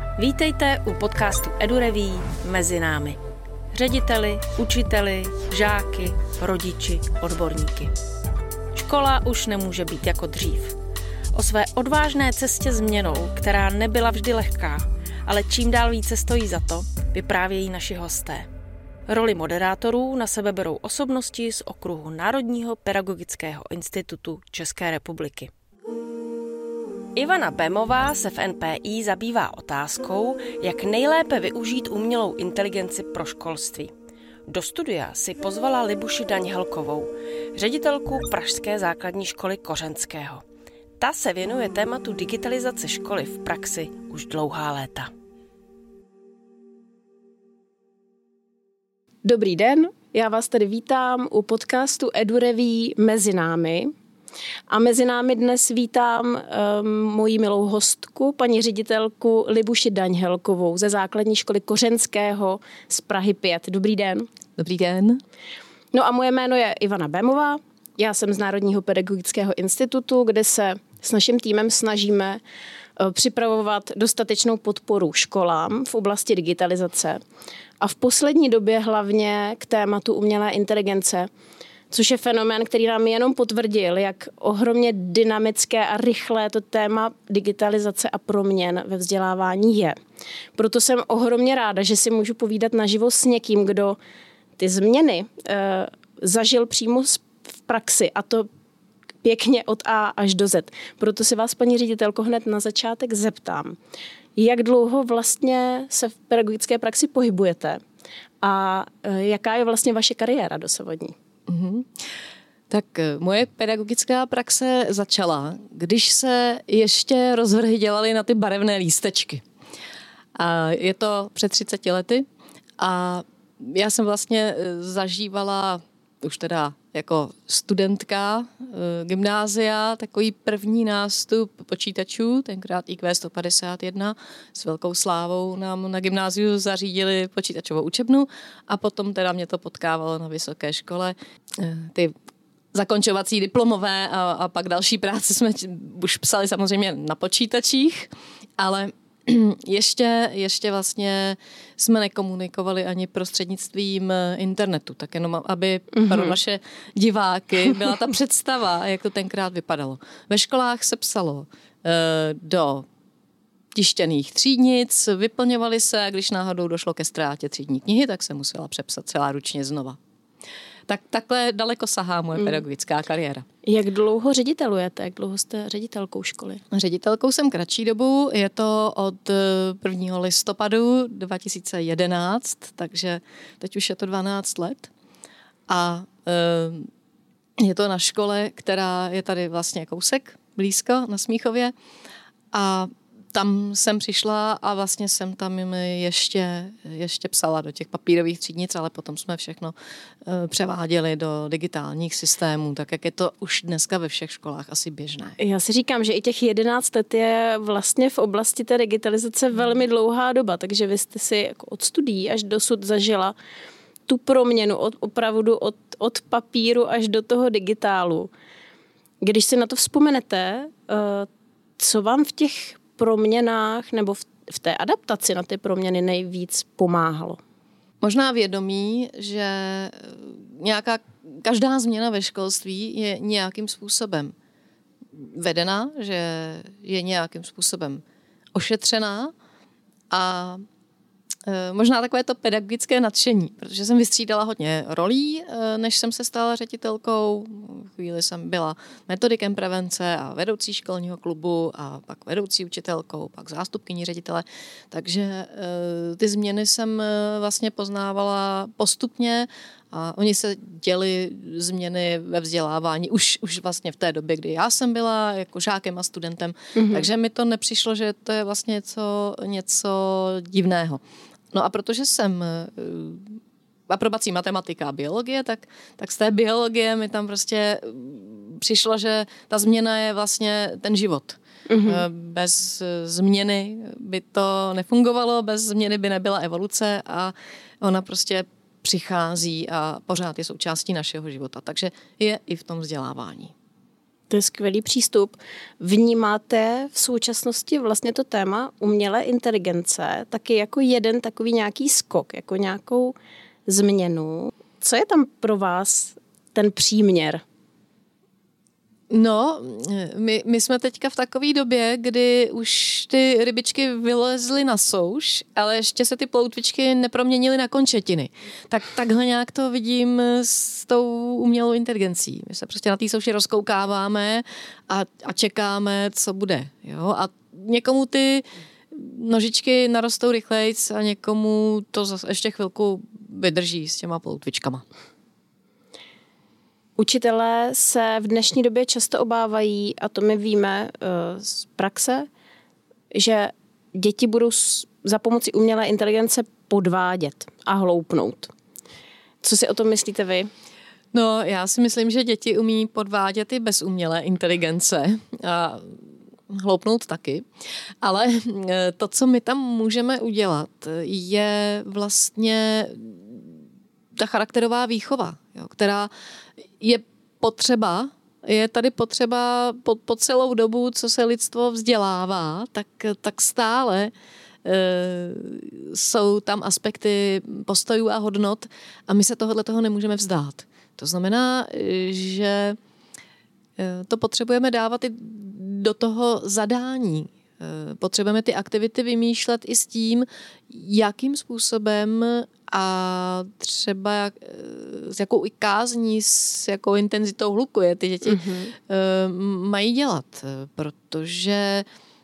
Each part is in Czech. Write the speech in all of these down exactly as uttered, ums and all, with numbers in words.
Vítejte u podcastu EduReví Mezi námi. Řediteli, učiteli, žáky, rodiči, odborníky. Škola už nemůže být jako dřív. O své odvážné cestě změnou, která nebyla vždy lehká, ale čím dál více stojí za to, vyprávějí naši hosté. Roli moderátorů na sebe berou osobnosti z okruhu Národního pedagogického institutu České republiky. Ivana Bémová se v N P I zabývá otázkou, jak nejlépe využít umělou inteligenci pro školství. Do studia si pozvala Libuši Daňhelkovou, ředitelku Pražské základní školy Kořenského. Ta se věnuje tématu digitalizace školy v praxi už dlouhá léta. Dobrý den, já vás tady vítám u podcastu EduReví Mezi námi. A mezi námi dnes vítám um, moji milou hostku, paní ředitelku Libuši Daňhelkovou ze základní školy Kořenského z Prahy pět. Dobrý den. Dobrý den. No a moje jméno je Ivana Bémová. Já jsem z Národního pedagogického institutu, kde se s naším týmem snažíme uh, připravovat dostatečnou podporu školám v oblasti digitalizace. A v poslední době hlavně k tématu umělé inteligence, což je fenomén, který nám jenom potvrdil, jak ohromně dynamické a rychlé to téma digitalizace a proměn ve vzdělávání je. Proto jsem ohromně ráda, že si můžu povídat naživo s někým, kdo ty změny e, zažil přímo v praxi, a to pěkně od A až do Z. Proto si vás, paní ředitelko, hned na začátek zeptám, jak dlouho vlastně se v pedagogické praxi pohybujete a e, jaká je vlastně vaše kariéra dosavadní? Mm-hmm. Tak moje pedagogická praxe začala, když se ještě rozvrhy dělaly na ty barevné lístečky. A je to před třiceti lety a já jsem vlastně zažívala už teda jako studentka gymnázia takový první nástup počítačů, tenkrát I Q sto padesát jedna, s velkou slávou nám na gymnáziu zařídili počítačovou učebnu a potom teda mě to potkávalo na vysoké škole. Ty zakončovací diplomové a, a pak další práce jsme už psali samozřejmě na počítačích, ale Ještě, ještě vlastně jsme nekomunikovali ani prostřednictvím internetu, tak jenom aby mm-hmm. pro naše diváky byla ta představa, jak to tenkrát vypadalo. Ve školách se psalo e, do tištěných třídnic, vyplňovaly se a když náhodou došlo ke ztrátě třídní knihy, tak se musela přepsat celá ručně znova. Tak takhle daleko sahá moje mm. pedagogická kariéra. Jak dlouho ředitelujete? Jak dlouho jste ředitelkou školy? Ředitelkou jsem kratší dobu, je to od prvního listopadu dva tisíce jedenáct, takže teď už je to dvanáct let. A e, je to na škole, která je tady vlastně kousek, blízko na Smíchově. A tam jsem přišla a vlastně jsem tam ještě, ještě psala do těch papírových třídnic, ale potom jsme všechno uh, převáděli do digitálních systémů, tak jak je to už dneska ve všech školách asi běžné. Já si říkám, že i těch jedenáct let je vlastně v oblasti té digitalizace velmi dlouhá doba, takže vy jste si jako od studií až dosud zažila tu proměnu od, opravdu od, od papíru až do toho digitálu. Když si na to vzpomenete, uh, co vám v těch proměnách nebo v, v té adaptaci na ty proměny nejvíc pomáhalo? Možná vědomí, že nějaká, každá změna ve školství je nějakým způsobem vedena, že je nějakým způsobem ošetřená a e, možná takové to pedagogické nadšení, protože jsem vystřídala hodně rolí, e, než jsem se stala ředitelkou. Chvíli jsem byla metodikem prevence a vedoucí školního klubu a pak vedoucí učitelkou, pak zástupkyní ředitele. Takže e, ty změny jsem e, vlastně poznávala postupně a oni se děli změny ve vzdělávání už, už vlastně v té době, kdy já jsem byla jako žákem a studentem. Mm-hmm. Takže mi to nepřišlo, že to je vlastně něco, něco divného. No a protože jsem aprobací matematika a biologie, tak, tak z té biologie mi tam prostě přišlo, že ta změna je vlastně ten život. Mm-hmm. Bez změny by to nefungovalo, bez změny by nebyla evoluce a ona prostě přichází a pořád je součástí našeho života. Takže je i v tom vzdělávání. To je skvělý přístup. Vnímáte v současnosti vlastně to téma umělé inteligence taky jako jeden takový nějaký skok, jako nějakou změnu. Co je tam pro vás ten příměr? No, my, my jsme teďka v takové době, kdy už ty rybičky vylezly na souš, ale ještě se ty ploutvičky neproměnily na končetiny. Tak takhle nějak to vidím s tou umělou inteligencí. My se prostě na té souši rozkoukáváme a, a čekáme, co bude. Jo? A někomu ty nožičky narostou rychlejc a někomu to zase ještě chvilku vydrží s těma ploutvičkama. Učitelé se v dnešní době často obávají, a to my víme uh, z praxe, že děti budou za pomoci umělé inteligence podvádět a hloupnout. Co si o tom myslíte vy? No, já si myslím, že děti umí podvádět i bez umělé inteligence a hloupnout taky. Ale to, co my tam můžeme udělat, je vlastně ta charakterová výchova, jo, která je potřeba, je tady potřeba po, po celou dobu, co se lidstvo vzdělává, tak, tak stále e, jsou tam aspekty postojů a hodnot a my se tohohle toho nemůžeme vzdát. To znamená, že to potřebujeme dávat i do toho zadání. Potřebujeme ty aktivity vymýšlet i s tím, jakým způsobem a třeba jak, s jakou i kázní, s jakou intenzitou hluku je ty děti mm-hmm. mají dělat. Protože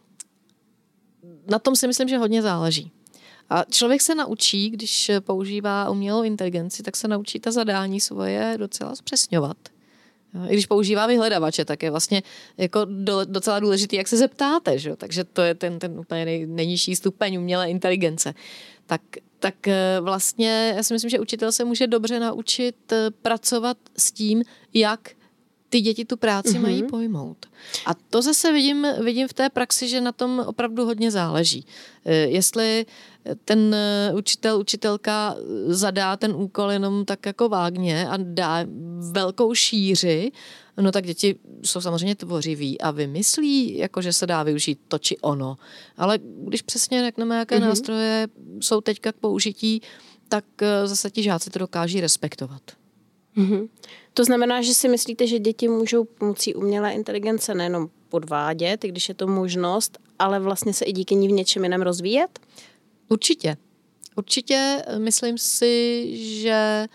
na tom si myslím, že hodně záleží. A člověk se naučí, když používá umělou inteligenci, tak se naučí ta zadání svoje docela zpřesňovat. I když používá vyhledavače, tak je vlastně jako do, docela důležitý, jak se zeptáte. Že? Takže to je ten, ten úplně nej, nejnižší stupeň umělé inteligence. Tak, tak vlastně já si myslím, že učitel se může dobře naučit pracovat s tím, jak ty děti tu práci mm-hmm. mají pojmout. A to zase vidím, vidím v té praxi, že na tom opravdu hodně záleží. Jestli ten učitel, učitelka zadá ten úkol jenom tak jako vágně a dá velkou šíři, no tak děti jsou samozřejmě tvořiví a vymyslí, jako že se dá využít to či ono. Ale když přesně řekneme, jaké mm-hmm. nástroje jsou teďka k použití, tak zase ti žáci to dokáží respektovat. Mm-hmm. To znamená, že si myslíte, že děti můžou pomocí umělé inteligence nejenom podvádět, i když je to možnost, ale vlastně se i díky ní v něčem jiném rozvíjet? Určitě. Určitě myslím si, že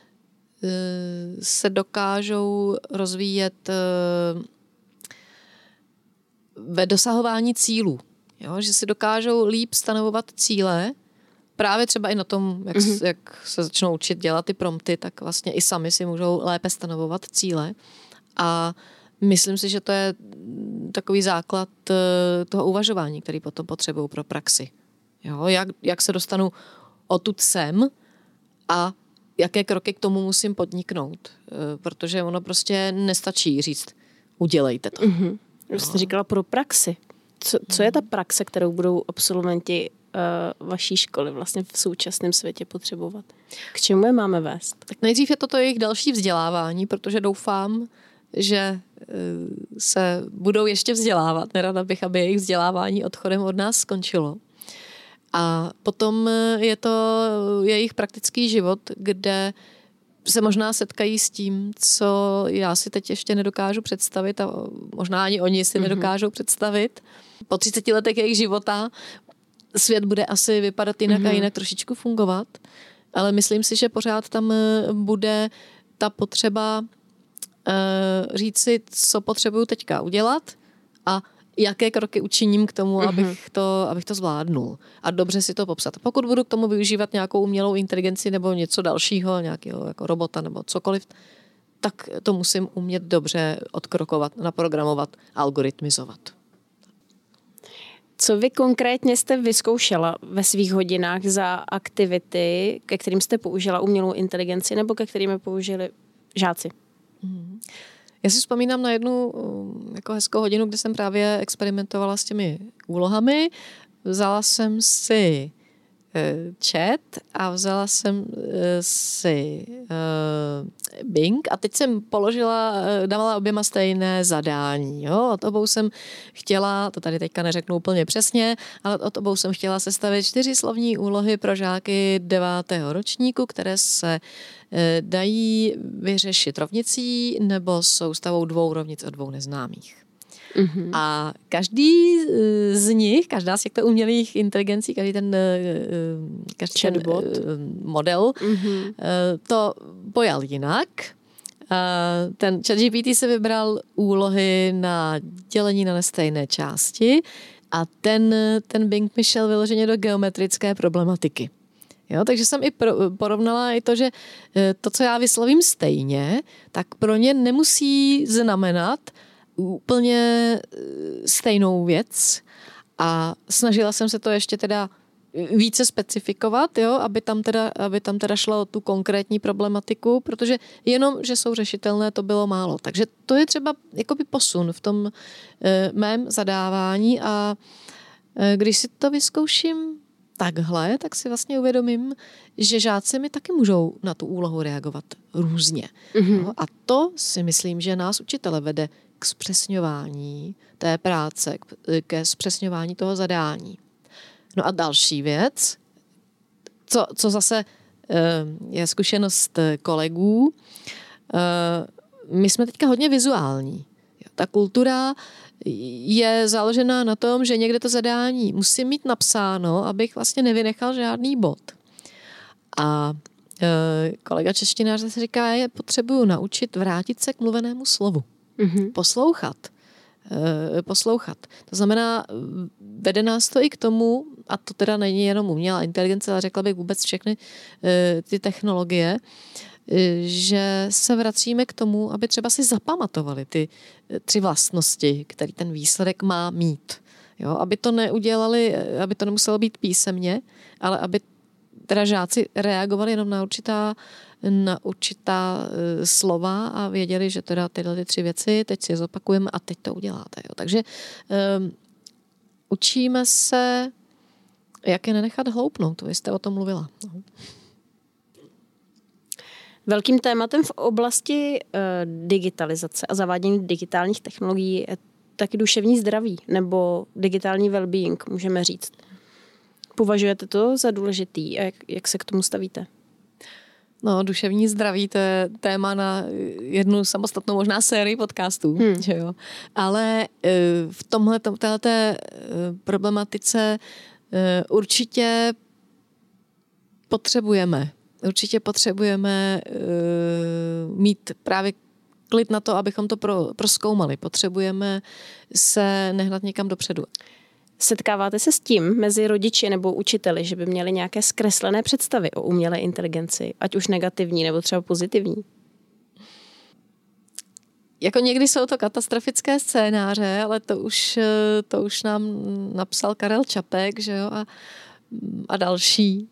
se dokážou rozvíjet ve dosahování cílů. Jo? Že si dokážou líp stanovovat cíle, právě třeba i na tom, jak, mm-hmm. jak se začnou učit dělat ty prompty, tak vlastně i sami si můžou lépe stanovovat cíle. A myslím si, že to je takový základ toho uvažování, který potom potřebují pro praxi. Jo? Jak, jak se dostanu odtud sem a jaké kroky k tomu musím podniknout. Protože ono prostě nestačí říct, udělejte to. Mm-hmm. Už jste říkala pro praxi. Co, co je ta praxe, kterou budou absolventi uh, vaší školy vlastně v současném světě potřebovat? K čemu je máme vést? Tak nejdřív je toto jejich další vzdělávání, protože doufám, že uh, se budou ještě vzdělávat. Nerada bych, aby jejich vzdělávání odchodem od nás skončilo. A potom je to jejich praktický život, kde se možná setkají s tím, co já si teď ještě nedokážu představit a možná ani oni si mm-hmm. nedokážou představit. Po třiceti letech jejich života svět bude asi vypadat jinak mm-hmm. a jinak trošičku fungovat, ale myslím si, že pořád tam bude ta potřeba uh, říct si, co potřebuju teďka udělat a jaké kroky učiním k tomu, mm-hmm. abych, to, abych to zvládnul. A dobře si to popsat. Pokud budu k tomu využívat nějakou umělou inteligenci nebo něco dalšího, nějakého jako robota nebo cokoliv, tak to musím umět dobře odkrokovat, naprogramovat, algoritmizovat. Co vy konkrétně jste vyzkoušela ve svých hodinách za aktivity, ke kterým jste použila umělou inteligenci nebo ke kterým použili žáci? Mm. Já si vzpomínám na jednu jako hezkou hodinu, kde jsem právě experimentovala s těmi úlohami. Vzala jsem si chat a vzala jsem si Bing a teď jsem položila, dávala oběma stejné zadání. Jo? Od obou jsem chtěla, to tady teďka neřeknu úplně přesně, ale od obou jsem chtěla sestavit čtyři slovní úlohy pro žáky devátého ročníku, které se dají vyřešit rovnicí nebo soustavou dvou rovnic od dvou neznámých. Mm-hmm. A každý z nich, každá z těchto umělých inteligencí, každý ten, každý ten model mm-hmm. to pojal jinak. Ten ChatGPT se vybral úlohy na dělení na nestejné části a ten, ten Bing mi šel vyloženě do geometrické problematiky. Jo, takže jsem i pro, porovnala i to, že to, co já vyslovím stejně, tak pro ně nemusí znamenat úplně stejnou věc a snažila jsem se to ještě teda více specifikovat, jo, aby tam teda, aby tam teda šlo o tu konkrétní problematiku, protože jenom, že jsou řešitelné, to bylo málo. Takže to je třeba jakoby posun v tom e, mém zadávání a e, když si to vyzkouším takhle, tak si vlastně uvědomím, že žáci mi taky můžou na tu úlohu reagovat různě. Mm-hmm. No, a to si myslím, že nás učitele vede k zpřesňování té práce, ke zpřesňování toho zadání. No a další věc, co, co zase je zkušenost kolegů, my jsme teďka hodně vizuální. Ta kultura je založená na tom, že někde to zadání musím mít napsáno, abych vlastně nevynechal žádný bod. A kolega češtinář se říká, je potřebuju naučit vrátit se k mluvenému slovu. Mm-hmm. Poslouchat. Poslouchat. To znamená, vede nás to i k tomu, a to teda není jenom umělá inteligence, ale řekla bych vůbec všechny ty technologie, že se vracíme k tomu, aby třeba si zapamatovali ty tři vlastnosti, které ten výsledek má mít. Jo? Aby to neudělali, aby to nemuselo být písemně, ale aby teda žáci reagovali jenom na určitá, na určitá slova a věděli, že teda tyhle ty tři věci, teď si je zopakujeme a teď to uděláte. Jo? Takže um, učíme se, jak je nenechat hloupnout. Vy jste o tom mluvila. No. Velkým tématem v oblasti uh, digitalizace a zavádění digitálních technologií je taky duševní zdraví nebo digitální well-being, můžeme říct. Považujete to za důležitý a jak, jak se k tomu stavíte? No, duševní zdraví, to je téma na jednu samostatnou možná sérii podcastů, hmm. že jo. Ale v tomhle, téhleté problematice určitě potřebujeme, určitě potřebujeme mít právě klid na to, abychom to pro, prozkoumali. Potřebujeme se nehnat někam dopředu. Setkáváte se s tím mezi rodiči nebo učiteli, že by měli nějaké zkreslené představy o umělé inteligenci, ať už negativní nebo třeba pozitivní? Jako někdy jsou to katastrofické scénáře, ale to už, to už nám napsal Karel Čapek, že jo, a, a další.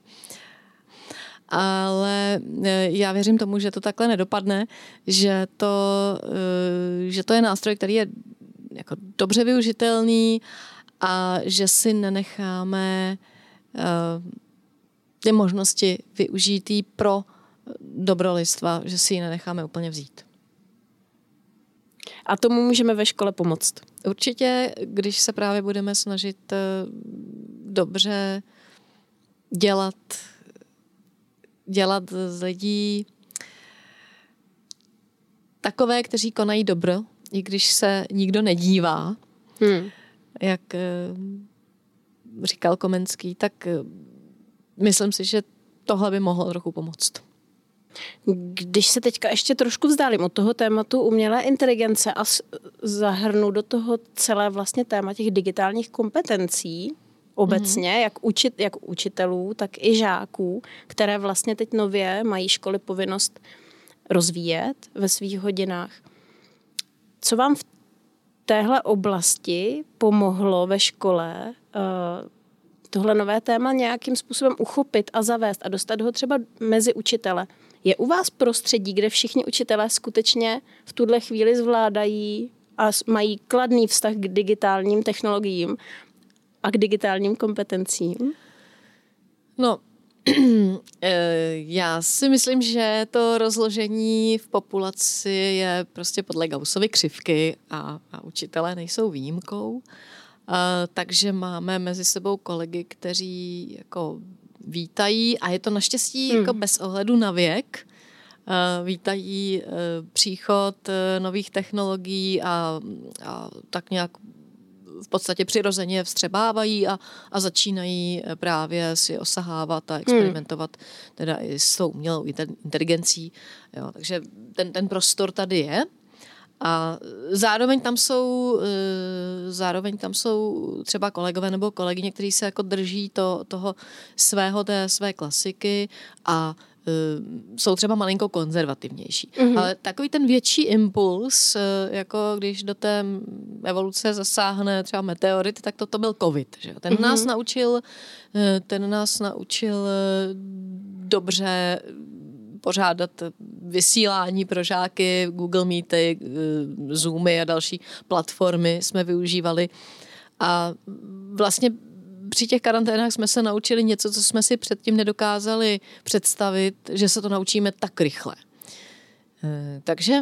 Ale já věřím tomu, že to takhle nedopadne, že to, že to je nástroj, který je jako dobře využitelný a že si nenecháme ty možnosti využitý pro dobro lidstva, že si ji nenecháme úplně vzít. A tomu můžeme ve škole pomoct? Určitě, když se právě budeme snažit dobře dělat, dělat z lidí takové, kteří konají dobro, i když se nikdo nedívá, hmm. jak říkal Komenský, tak myslím si, že tohle by mohlo trochu pomoct. Když se teďka ještě trošku vzdálím od toho tématu umělé inteligence a zahrnu do toho celé vlastně téma těch digitálních kompetencí obecně, mm. jak, učit, jak učitelů, tak i žáků, které vlastně teď nově mají školy povinnost rozvíjet ve svých hodinách. Co vám v téhle oblasti pomohlo ve škole uh, tohle nové téma nějakým způsobem uchopit a zavést a dostat ho třeba mezi učitele? Je u vás prostředí, kde všichni učitelé skutečně v tuhle chvíli zvládají a mají kladný vztah k digitálním technologiím a k digitálním kompetencím? No, já si myslím, že to rozložení v populaci je prostě podle Gaussovy křivky a, a učitelé nejsou výjimkou. A, takže máme mezi sebou kolegy, kteří jako vítají, a je to naštěstí hmm. jako bez ohledu na věk, Uh, vítají uh, příchod uh, nových technologií a, a tak nějak v podstatě přirozeně vstřebávají a, a začínají právě si osahávat a experimentovat hmm. teda i s tou umělou inteligencí. Jo, takže ten, ten prostor tady je. A zároveň tam jsou, zároveň tam jsou třeba kolegové nebo kolegyně, kteří se jako drží to, toho svého, té své klasiky a jsou třeba malinko konzervativnější. Mm-hmm. Ale takový ten větší impuls, jako když do té evoluce zasáhne třeba meteorit, tak to, to byl covid. Že? Ten mm-hmm. nás naučil, ten nás naučil dobře pořádat vysílání pro žáky, Google Meety, Zoomy a další platformy jsme využívali. A vlastně při těch karanténách jsme se naučili něco, co jsme si předtím nedokázali představit, že se to naučíme tak rychle. Takže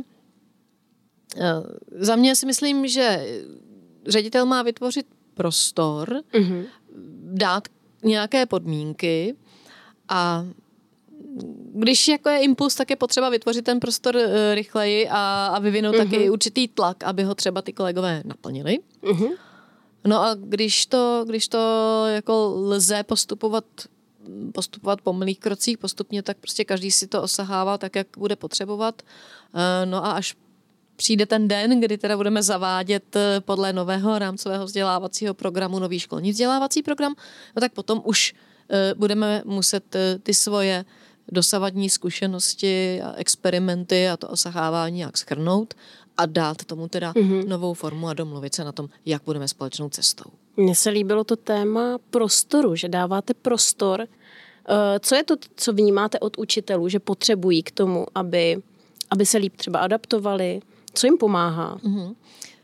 za mě si myslím, že ředitel má vytvořit prostor, mm-hmm. dát nějaké podmínky a když jako je impuls, tak je potřeba vytvořit ten prostor rychleji a, a vyvinout mm-hmm. taky určitý tlak, aby ho třeba ty kolegové naplnili. Mm-hmm. No a když to, když to jako lze postupovat, postupovat po malých krocích postupně, tak prostě každý si to osahává tak, jak bude potřebovat. No a až přijde ten den, kdy teda budeme zavádět podle nového rámcového vzdělávacího programu nový školní vzdělávací program, no tak potom už budeme muset ty svoje dosavadní zkušenosti a experimenty a to osahávání nějak shrnout a dát tomu teda mm-hmm. novou formu a domluvit se na tom, jak budeme společnou cestou. Mně se líbilo to téma prostoru, že dáváte prostor. Co je to, co vnímáte od učitelů, že potřebují k tomu, aby, aby se líp třeba adaptovali? Co jim pomáhá? Mm-hmm.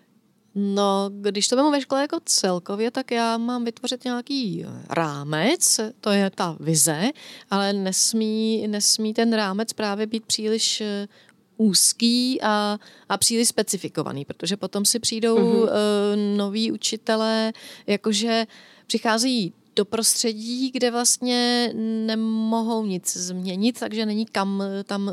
No, když to vemu ve škole jako celkově, tak já mám vytvořit nějaký rámec, to je ta vize, ale nesmí, nesmí ten rámec právě být příliš úzký a, a příliš specifikovaný, protože potom si přijdou mm-hmm. uh, noví učitelé, jakože přicházejí do prostředí, kde vlastně nemohou nic změnit, takže není kam tam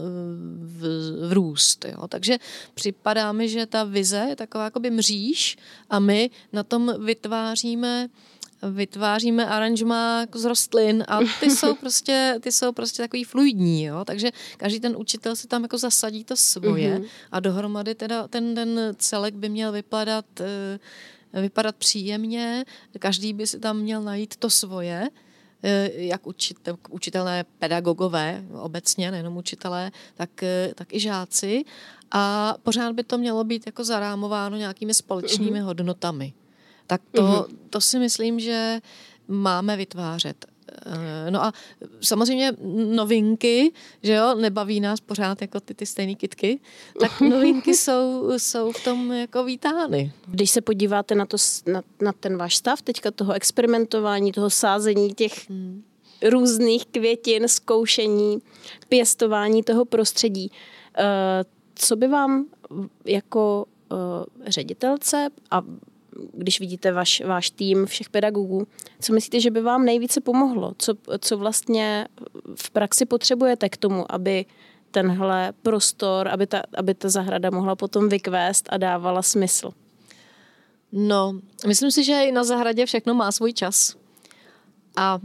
vrůst. Jo. Takže připadá mi, že ta vize je taková jakoby mříž a my na tom vytváříme vytváříme aranžma z rostlin a ty jsou prostě, ty jsou prostě takový fluidní, jo? Takže každý ten učitel si tam jako zasadí to svoje mm-hmm. a dohromady teda ten, ten celek by měl vypadat, vypadat příjemně, každý by si tam měl najít to svoje, jak učitel, učitelé, pedagogové obecně, nejenom učitelé, tak, tak i žáci a pořád by to mělo být jako zarámováno nějakými společnými mm-hmm. hodnotami. Tak to, mm-hmm. to si myslím, že máme vytvářet. No a samozřejmě novinky, že jo, nebaví nás pořád jako ty, ty stejné kytky, tak novinky jsou, jsou v tom jako vítány. Když se podíváte na, to, na, na ten váš stav teďka toho experimentování, toho sázení těch hmm. různých květin, zkoušení, pěstování toho prostředí, co by vám jako ředitelce a když vidíte vaš, váš tým všech pedagogů, co myslíte, že by vám nejvíce pomohlo? Co, co vlastně v praxi potřebujete k tomu, aby tenhle prostor, aby ta, aby ta zahrada mohla potom vykvést a dávala smysl? No, myslím si, že i na zahradě všechno má svůj čas. A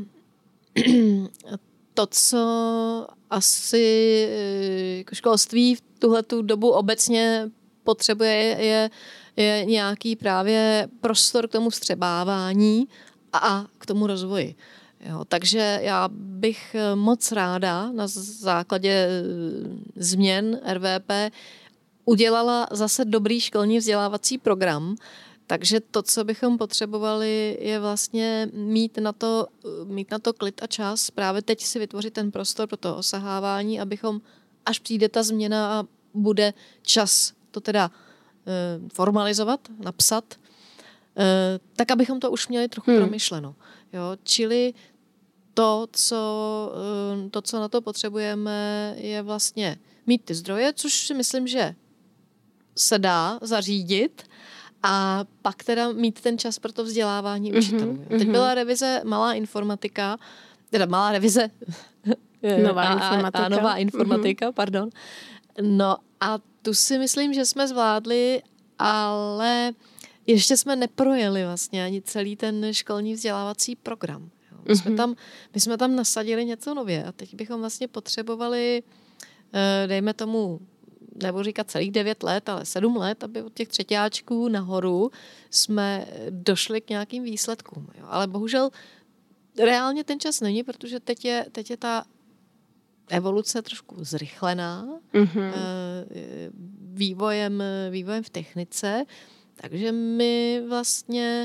to, co asi jako školství v tuhletu dobu obecně potřebuje, je je nějaký právě prostor k tomu vstřebávání a k tomu rozvoji. Jo, takže já bych moc ráda na základě změn R V P udělala zase dobrý školní vzdělávací program, takže to, co bychom potřebovali, je vlastně mít na to, mít na to klid a čas, právě teď si vytvořit ten prostor pro to osahávání, abychom, až přijde ta změna a bude čas to teda formalizovat, napsat, tak abychom to už měli trochu hmm. promyšleno. Jo? Čili to, co, to, co na to potřebujeme, je vlastně mít ty zdroje, což si myslím, že se dá zařídit, a pak teda mít ten čas pro to vzdělávání učitelů. Mm-hmm. Teď byla revize malá informatika, teda malá revize nová a, informatika. A, a nová informatika, mm-hmm. pardon. No a tu si myslím, že jsme zvládli, ale ještě jsme neprojeli vlastně ani celý ten školní vzdělávací program. My jsme tam, my jsme tam nasadili něco nově a teď bychom vlastně potřebovali, dejme tomu, nebudu říkat celých devět let, ale sedm let, aby od těch třeťáčků nahoru jsme došli k nějakým výsledkům. Jo. Ale bohužel reálně ten čas není, protože teď je, teď je ta evoluce trošku zrychlená mm-hmm. vývojem, vývojem v technice, takže my vlastně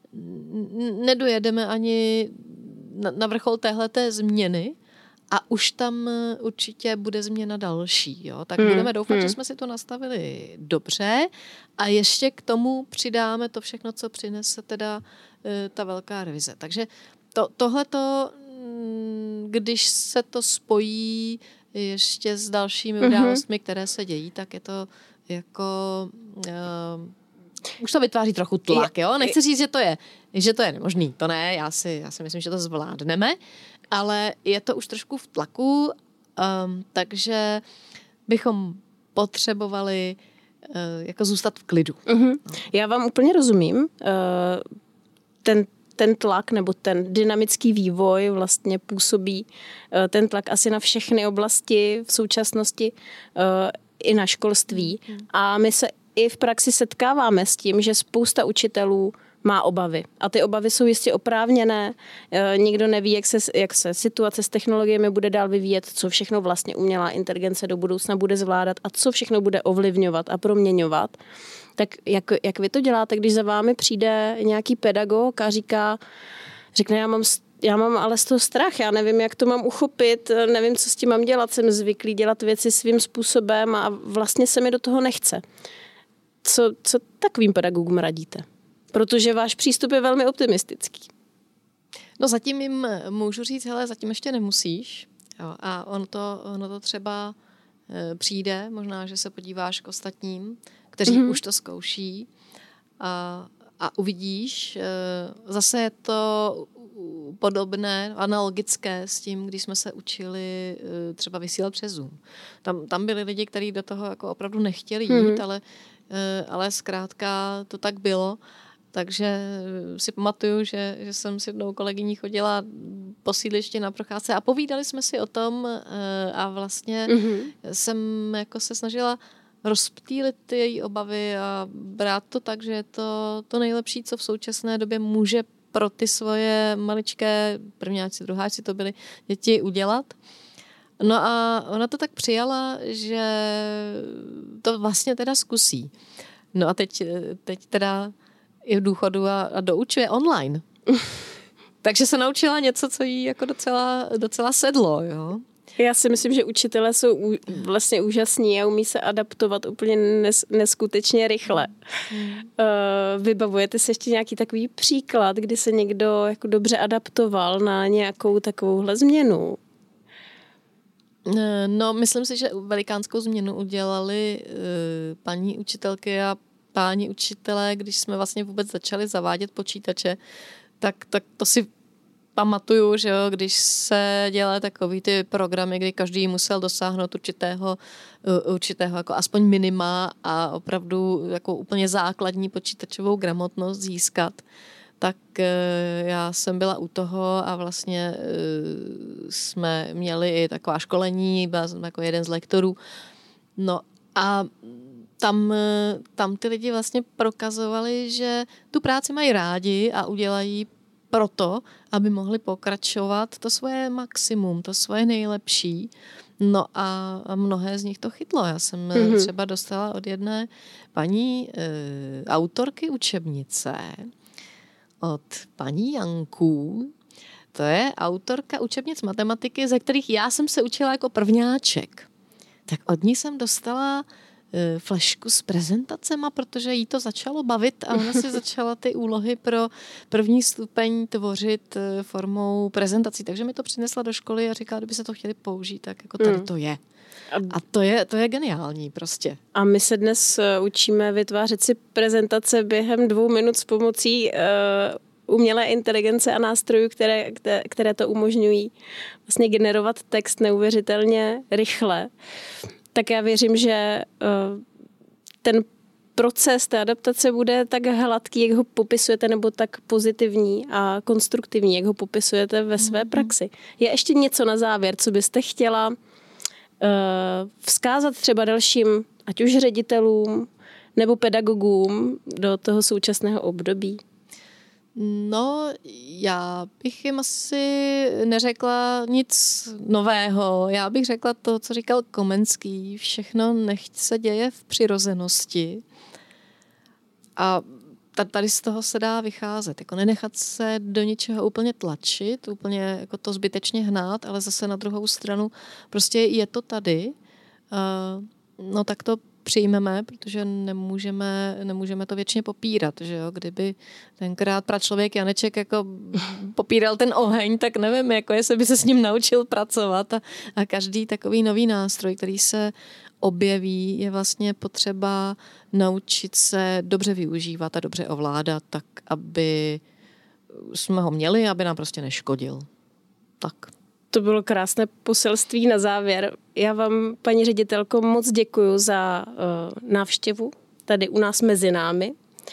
nedojedeme ani na vrchol téhleté změny a už tam určitě bude změna další. Jo? Tak hmm. budeme doufat, hmm. že jsme si to nastavili dobře a ještě k tomu přidáme to všechno, co přinese teda ta velká revize. Takže to, tohleto, když se to spojí ještě s dalšími hmm. událostmi, které se dějí, tak je to jako... Uh, už to vytváří trochu tlak, jo? Nechci říct, že to je, že to je nemožný. To ne, já si, já si myslím, že to zvládneme, ale je to už trošku v tlaku, um, takže bychom potřebovali uh, jako zůstat v klidu. Uh-huh. Já vám úplně rozumím. Uh, ten, ten tlak nebo ten dynamický vývoj vlastně působí uh, ten tlak asi na všechny oblasti v současnosti, uh, i na školství. Uh-huh. A my se i v praxi setkáváme s tím, že spousta učitelů má obavy. A ty obavy jsou jistě oprávněné. E, nikdo neví, jak se, jak se situace s technologiemi bude dál vyvíjet, co všechno vlastně umělá inteligence do budoucna bude zvládat a co všechno bude ovlivňovat a proměňovat. Tak jak, jak vy to děláte, když za vámi přijde nějaký pedagog a říká, řekne, já mám, já mám ale z toho strach, já nevím, jak to mám uchopit, nevím, co s tím mám dělat, jsem zvyklý dělat věci svým způsobem a vlastně se mi do toho nechce. Co, co takovým pedagogům radíte? Protože váš přístup je velmi optimistický. No zatím jim můžu říct, hele, zatím ještě nemusíš. Jo, a ono to, ono to třeba e, přijde, možná, že se podíváš k ostatním, kteří mm-hmm. už to zkouší a, a uvidíš. E, zase je to podobné, analogické s tím, když jsme se učili e, třeba vysílat přes Zoom. Tam, tam byli lidi, kteří do toho jako opravdu nechtěli jít, mm-hmm. ale, e, ale zkrátka to tak bylo. Takže si pamatuju, že, že jsem s jednou kolegyní chodila po sídlišti na procházce a povídali jsme si o tom a vlastně mm-hmm. jsem jako se snažila rozptýlit ty její obavy a brát to tak, že je to to nejlepší, co v současné době může pro ty svoje maličké prvňáci, druháci to byly děti udělat. No a ona to tak přijala, že to vlastně teda zkusí. No a teď, teď teda je v důchodu a, a doučuje online. Takže se naučila něco, co jí jako docela, docela sedlo, jo. Já si myslím, že učitelé jsou ú, vlastně úžasní a umí se adaptovat úplně nes, neskutečně rychle. Hmm. Uh, vybavujete si ještě nějaký takový příklad, kdy se někdo jako dobře adaptoval na nějakou takovouhle změnu? No, myslím si, že velikánskou změnu udělali uh, paní učitelky a páni učitelé, když jsme vlastně vůbec začali zavádět počítače, tak, tak to si pamatuju, že jo, když se dělaly takový ty programy, kdy každý musel dosáhnout určitého, určitého jako aspoň minima a opravdu jako úplně základní počítačovou gramotnost získat, tak já jsem byla u toho a vlastně jsme měli i taková školení, byla jsem jako jeden z lektorů. No a Tam, tam ty lidi vlastně prokazovali, že tu práci mají rádi a udělají proto, aby mohli pokračovat to svoje maximum, to svoje nejlepší. No a, a mnohé z nich to chytlo. Já jsem mm-hmm. třeba dostala od jedné paní e, autorky učebnice, od paní Janků. To je autorka učebnic matematiky, ze kterých já jsem se učila jako prvňáček. Tak od ní jsem dostala flešku s prezentacema, protože jí to začalo bavit a ona si začala ty úlohy pro první stupeň tvořit formou prezentací. Takže mi to přinesla do školy a říkala, kdyby se to chtěli použít, tak jako tady to je. A to je, to je geniální prostě. A my se dnes učíme vytvářet si prezentace během dvou minut s pomocí uh, umělé inteligence a nástrojů, které, které, které to umožňují vlastně generovat text neuvěřitelně rychle. Tak já věřím, že uh, ten proces té adaptace bude tak hladký, jak ho popisujete, nebo tak pozitivní a konstruktivní, jak ho popisujete ve své praxi. Je ještě něco na závěr, co byste chtěla uh, vzkázat třeba dalším, ať už ředitelům nebo pedagogům do toho současného období? No, já bych jim asi neřekla nic nového. Já bych řekla to, co říkal Komenský. Všechno nechť se děje v přirozenosti. A tady z toho se dá vycházet. Jako nenechat se do ničeho úplně tlačit, úplně jako to zbytečně hnát, ale zase na druhou stranu prostě je to tady. No tak to přijmeme, protože nemůžeme, nemůžeme to věčně popírat, že jo? Kdyby tenkrát pračlověk Janeček jako popíral ten oheň, tak nevím, jako jestli by se s ním naučil pracovat a, a každý takový nový nástroj, který se objeví, je vlastně potřeba naučit se dobře využívat a dobře ovládat, tak aby jsme ho měli, aby nám prostě neškodil. Tak. To bylo krásné poselství na závěr. Já vám, paní ředitelko, moc děkuju za uh, návštěvu tady u nás mezi námi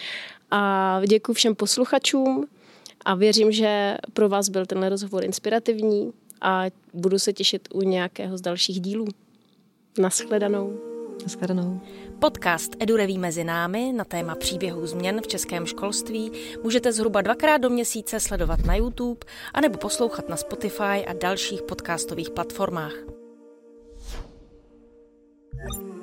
a děkuju všem posluchačům a věřím, že pro vás byl tenhle rozhovor inspirativní a budu se těšit u nějakého z dalších dílů. Naschledanou. Naschledanou. Podcast Edureví mezi námi na téma příběhů změn v českém školství můžete zhruba dvakrát do měsíce sledovat na YouTube anebo poslouchat na Spotify a dalších podcastových platformách.